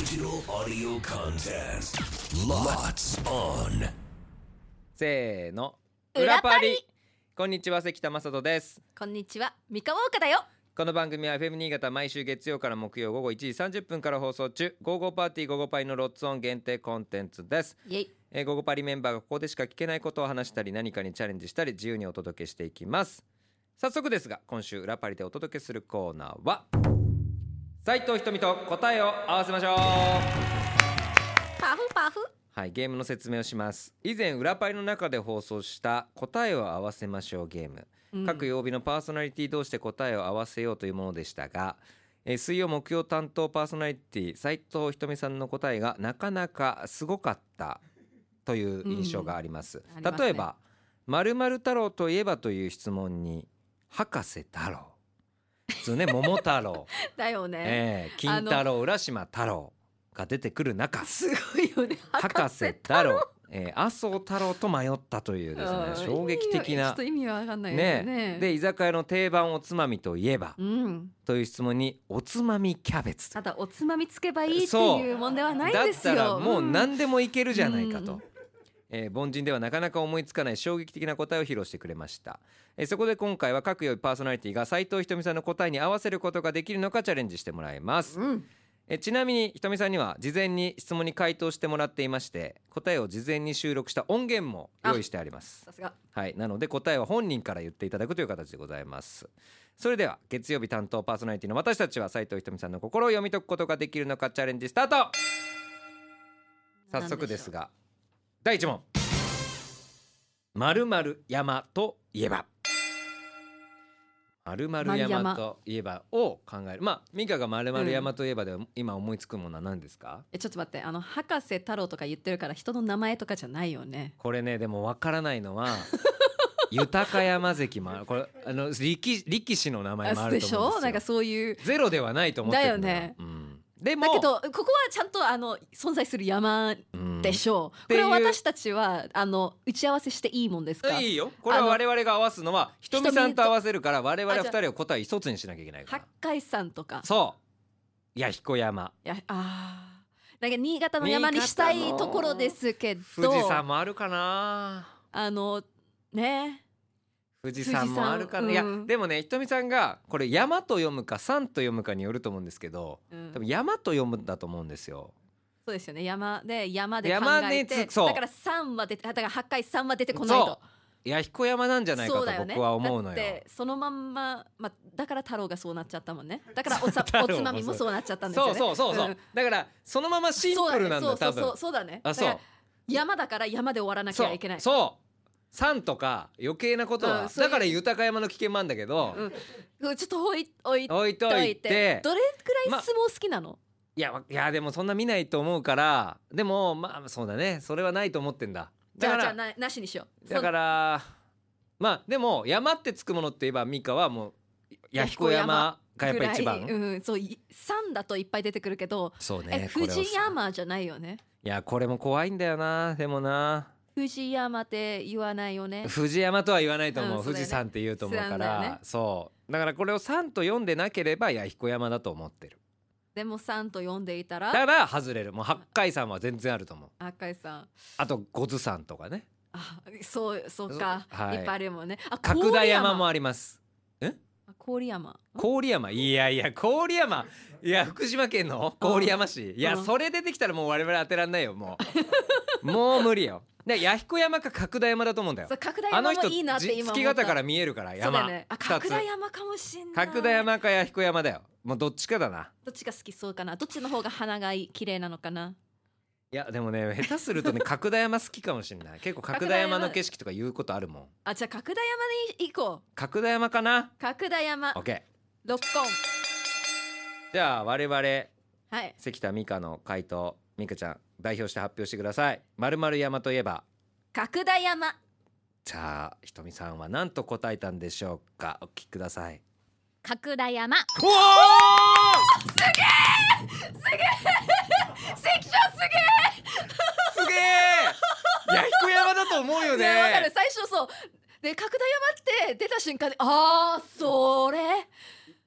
Digital audio contest. Lots on. せーの、 裏パリ。 こんにちは、関田正人です。 こんにちは、三河岡だよ。 この番組は FM 新潟毎週月曜から木曜午後1時30分から放送中、ゴーゴーパーティーゴーゴーパリのロッツオン限定コンテンツです。 イエイ。 ゴーゴーパリメンバーがここでしか聞けないことを話したり、何かにチャレンジしたり、自由にお届けしていきます。早速ですが、今週裏パリでお届けするコーナーは斉藤ひとみと答えを合わせましょう。 パフパフ。 はい、ゲームの説明をします。以前裏パリの中で放送した答えを合わせましょうゲーム、各曜日のパーソナリティ同士で答えを合わせようというものでしたが、水曜木曜担当パーソナリティ斉藤ひとみさんの答えがなかなかすごかったという印象があります、 ありますね。 例えば〇〇太郎といえばという質問に博士太郎、普通ね桃太郎だよね。 金太郎浦島太郎が出てくる中、 すごいよね。 博士太郎、麻生太郎と迷ったというですね、衝撃的ちょなっと意味は分かんないですね。 で居酒屋の定番おつまみといえば、という質問におつまみキャベツ、 ただおつまみつけばいいっていうもんではないんですよ。 だったらもう何でもいけるじゃないかと、凡人ではなかなか思いつかない衝撃的な答えを披露してくれました。そこで今回は各曜日パーソナリティが斉藤ひとみさんの答えに合わせることができるのかチャレンジしてもらいます、ちなみにひとみさんには事前に質問に回答してもらっていまして、答えを事前に収録した音源も用意してあります。 さすが。 はい、なので答えは本人から言っていただくという形でございます。それでは月曜日担当パーソナリティの私たちは斉藤ひとみさんの心を読み解くことができるのかチャレンジスタート。早速ですが第1問、〇〇山といえば、〇〇山といえばを考える。ミカが〇〇山といえばで今思いつくものは何ですか？ ちょっと待って、博士太郎とか言ってるから人の名前とかじゃないよね。 これね、でも分からないのは豊山関もある、これ力士の名前もあると思うんですよ。 でしょ、なんかそういうゼロではないと思ってるんだよだよね、 でもだけどここはちゃんと存在する山でしょう、これは私たちは打ち合わせしていいもんですか？ いいよ、これは我々が合わすのはひとみさんと合わせるから、我々は2人を答え一つにしなきゃいけないから。 八海山とか、 そう弥彦山、 なんか新潟の山にしたいところですけど、 富士山もあるかな。 ね、 富士山もあるかな、いやでもね、ひとみさんがこれ山と読むか山と読むかによると思うんですけど、多分山と読むんだと思うんですよ。 そうですよね、山で考えて、 そうだから山は出て、だから八海山は出てこないと。 弥彦山なんじゃないかと僕は思うのよ。 だってそのまんま、だから太郎がそうなっちゃったもんね。だからおつまみもそうなっちゃったんですよね。 そう、だからそのままシンプルなんだ、多分。 そうだね。 あ、そう、 山だから山で終わらなきゃいけない。 そう山とか余計なことは、だから豊山の危険もあるんだけど、 ちょっと置いといて、どれくらい相撲好きなの？ いやでもそんな見ないと思うから、でもそうだね、それはないと思ってんだ。 じゃあなしにしよう。 だからでも山ってつくものって言えばミカはもう弥彦山がやっぱ一番。 そう、山だといっぱい出てくるけど、 そうね、 富士山じゃないよね。 いやこれも怖いんだよな。でもな、 富士山って言わないよね。 富士山とは言わないと思う、富士山って言うと思うから、そうだからこれを山と読んでなければ弥彦山だと思ってる。でも山と読んでいたらだから外れる。もう八海山は全然あると思う。 八海山、 あと五頭山とかね。 そうか、いっぱいあるもんね。 角田山もあります。 郡山、 いや郡山、いや福島県の郡山市、いやそれ出てきたらもう我々当てらんないよ、もう無理よ。で弥彦山か角田山だと思うんだよ。 角田山もいいなって今思った。 月形から見えるから山。 そうだね、角田山かもしんない。 角田山か弥彦山だよ。もうどっちかだな。 どっちが好きそうかな。どっちの方が花が綺麗なのかな。 いやでもね、下手するとね角田山好きかもしれない。結構角田山の景色とか言うことあるもん。 じゃあ角田山に行こう。 角田山かな。 角田山、 オッケー、 ロッコン。 じゃあ我々、 はい、 関田美香の回答、美香ちゃん代表して発表してください。〇〇山といえば角田山。 じゃあひとみさんは何と答えたんでしょうか。お聞きください。 角田山。 おおすげえ関ちゃんすげすげえ弥彦山だと思うよね。 わかる、最初そうで角田山って出た瞬間でそれ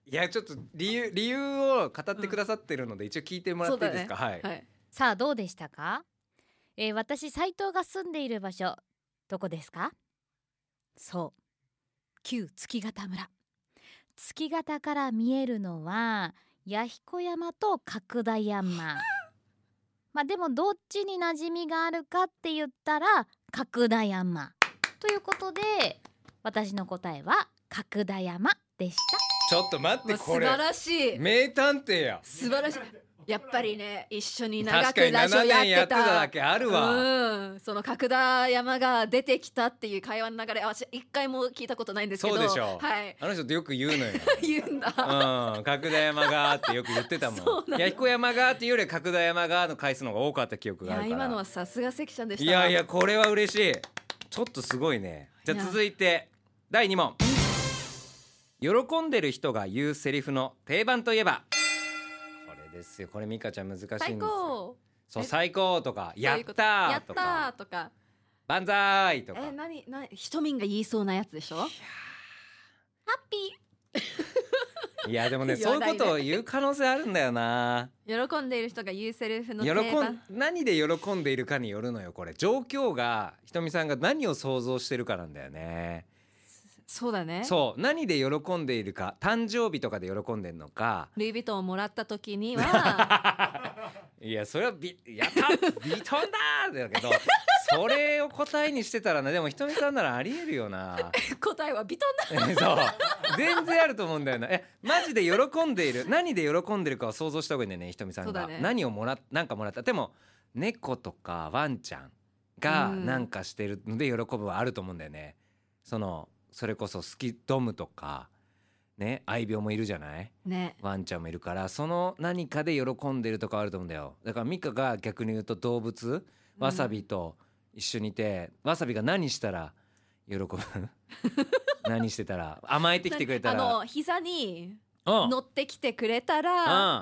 いやちょっと理由を語ってくださってるので、一応聞いてもらっていいですか。はい、 さあどうでしたか。私斉藤が住んでいる場所どこですか。そう旧月形村。月形から見えるのは弥彦山と角田山まあでもどっちに馴染みがあるかって言ったら角田山ということで、私の答えは角田山でした。 ちょっと待って、これ素晴らしい。 名探偵や。 素晴らしい。やっぱりね、一緒に長確かにくラジオ 7年ややってたってただけあるわ。 その角田山が出てきたっていう会話の流れ、私一回も聞いたことないんですけど。 そうでしょ。 はい。 あの人ってよく言うのよ。 言うんだ。 角田山がってよく言ってたもん。弥彦山がっていうより角田山がの回数の方が多かった記憶があるから。 いや今のはさすが関ちゃんでした。 いやいやこれは嬉しい。ちょっとすごいね。じゃあ続いて第2問。喜んでる人が言うセリフの定番といえば。これですよ。これミカちゃん難しいんですよ。 最高。 そう最高とかやったーとか万歳とか。 何ひとみんが言いそうなやつでしょ。ハッピー。いやでもねそういうことを言う可能性あるんだよな。 喜んでいる人が言うセリフの定番。 何で喜んでいるかによるのよ。これ状況がひとみさんが何を想像してるかなんだよね。 そうだね。 そう何で喜んでいるか、誕生日とかで喜んでるのか、 ルイ・ヴィトンをもらった時にはいやそれはやったヴィトンだだけどそれを答えにしてたらね、でもひとみさんならありえるよな答えはヴィトンだそう全然あると思うんだよな。マジで喜んでいる、何で喜んでるかを想像した方がいいんだよね。ひとみさんが、何をなんかもらった。でも猫とかワンちゃんがなんかしてるので喜ぶはあると思うんだよね。それこそスキドムとかね、愛病もいるじゃない、ね、ワンちゃんもいるから、その何かで喜んでるとかあると思うんだよ。だからミカが逆に言うと動物わさびと一緒にいて、わさびが何したら喜ぶ何してたら甘えてきてくれたら、 膝に乗ってきてくれたら、Oh my god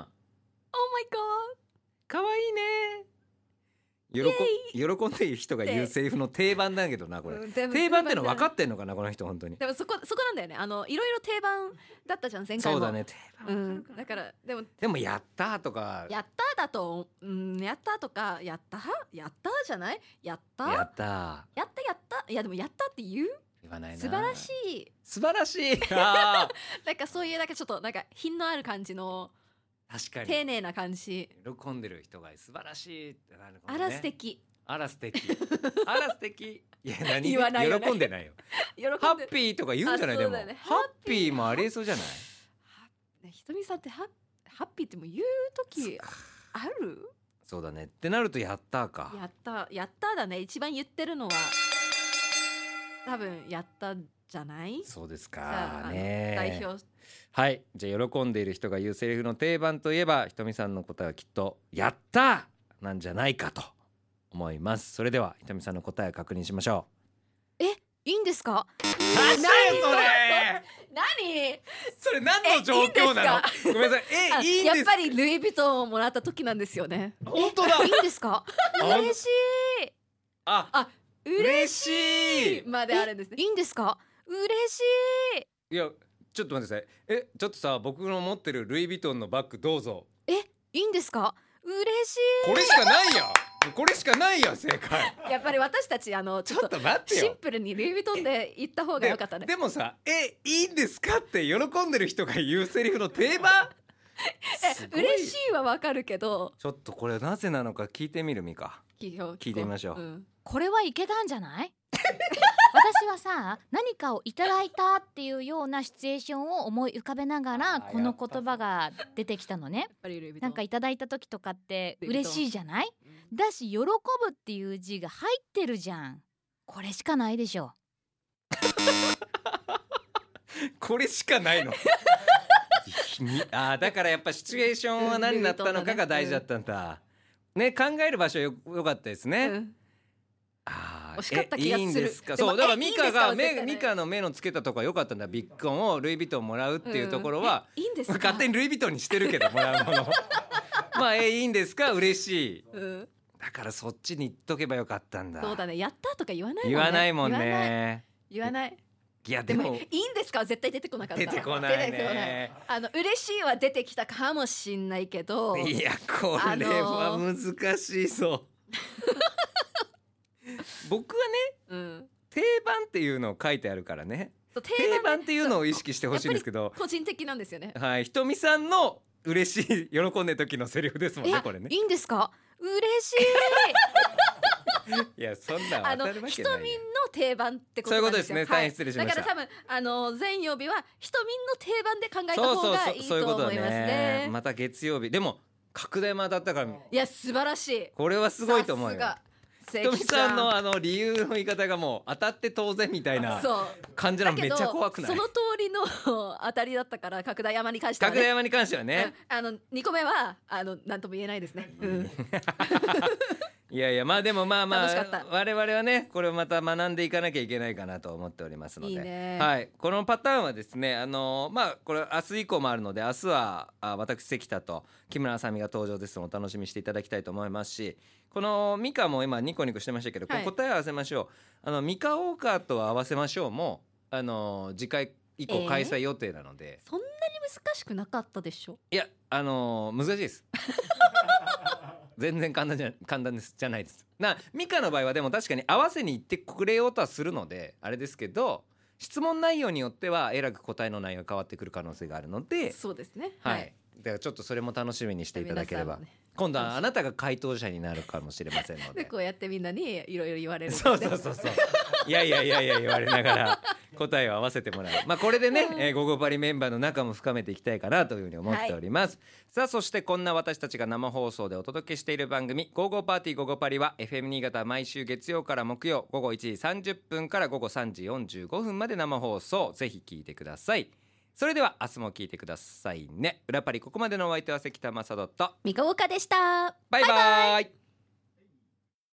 かわいいね。喜んでいる人が言うセリフの定番だけどな、これ、定番っての分かってんのかなこの人本当に。 でもそこなんだよね。いろいろ定番だったじゃん前回も。 そうだね定番、 だからでもやったとかやっただと、やったとかやったじゃない、やったいやでもやったって言わないな。 素晴らしいなんかそういうちょっと品のある感じの、 確かに丁寧な感じ。 喜んでる人が素晴らしいってなるかもね。 あら素敵あら素敵いや何言わないよね、 喜んでないよハッピーとか言うんじゃない。でもハッピーもありえそうじゃない。 ひとみさんってハッピーっても言う時ある。 そうだねってなるとやったか。 やっただね。一番言ってるのは多分やったじゃない。 そうですかね。 代表。 はい、じゃあ喜んでいる人が言うセリフの定番といえば、ひとみさんの答えはきっとやったなんじゃないかと思います。それではひとみさんの答えを確認しましょう。いいんですか。 何それそれ何の状況なの。ごめんなさい。いいんですか。 やっぱりルイ・ヴィトンをもらった時なんですよね。 本当だ。 いいんですか。嬉しい。 嬉しいまであるんですね。 いいんですか。嬉しい。 いやちょっと待ってください。ちょっとさ、僕の持ってるルイ・ヴィトンのバッグどうぞ。 いいんですか。嬉しい。 これしかないや。これしかないや正解。 やっぱり私たちちょっと待ってよ。シンプルにルイ・ヴィトンで言った方が良かったね。 でもさ、いいんですかって喜んでる人が言うセリフの定番。 嬉しいはわかるけど、 ちょっとこれなぜなのか聞いてみるミカ。聞いてみましょう。 これはいけたんじゃない私はさ、何かをいただいたっていうようなシチュエーションを思い浮かべながらこの言葉が出てきたのね。なんかいただいた時とかって嬉しいじゃない。だし喜ぶっていう字が入ってるじゃん。これしかないでしょ。 これしかないのだからやっぱシチュエーションは何だったのかが大事だったんだね。考える場所よかったですね。 惜しかった気がする。 いいんですか。そうだからミカの目のつけたとこは良かったんだ。ビッグコンをルイ・ヴィトンもらうっていうところは、 いいんですか。 勝手にルイ・ヴィトンにしてるけどもらうものまあいいんですか、嬉しい、だからそっちに言っとけばよかったんだ。 そうだね、やったとか言わないもんね。 言わないもんね。 言わない。 いやでもいいんですか、絶対出てこなかった。 出てこないね。 出てこない。嬉しいは出てきたかもしんないけど、 いやこれは難しいそう僕はね、定番っていうのを書いてあるからね、定番っていうのを意識してほしいんですけど、 個人的なんですよね。 はい、ひとみさんの嬉しい喜んでる時のセリフですもんねこれね。 いいんですか、嬉しいいやそんな当たるわけないよ。 ひとみんの定番ってことなんですよ。 そういうことですね、大変失礼しました。 だから多分全曜日はひとみんの定番で考えた方がいいと思いますね。 また月曜日でも角田山だったから、 いや素晴らしい、 これはすごいと思うよ。 さすがひとみさんの理由の言い方がもう当たって当然みたいな感じなのめっちゃ怖くない？ その通りの当たりだったから角田山に関してはね。 角田山に関してはね、 2個目は何とも言えないですね。 いやいやまあでもまあ楽しかった我々はねこれをまた学んでいかなきゃいけないかなと思っておりますので、 いいね。 はい、このパターンはですねまあこれ明日以降もあるので、明日は私関田と木村あさみが登場ですのでお楽しみしていただきたいと思いますし、このミカも今ニコニコしてましたけど、 はいこれ答え合わせましょう、ミカオーカーと合わせましょうも次回以降開催予定なので、 そんなに難しくなかったでしょ。 いや難しいです全然簡単じゃないです。ミカの場合はでも確かに合わせに行ってくれようとはするのであれですけど、質問内容によってはえらく答えの内容が変わってくる可能性があるので、 そうですね。 はい、だからちょっとそれも楽しみにしていただければ、 皆さんもね今度はあなたが回答者になるかもしれませんのででこうやってみんなにいろいろ言われるんですそね。 ういや言われながら答えを合わせてもらう、まあこれでね、午後パリメンバーの仲も深めていきたいかなというふうに思っております、さあそしてこんな私たちが生放送でお届けしている番組ゴーゴーパーティーゴーゴーパリは FM 新潟毎週月曜から木曜午後1時30分から午後3時45分まで生放送、ぜひ聞いてください。それでは明日も聞いてくださいね。裏パリここまでのお相手は関田正人と三河岡でした。 バイバイ。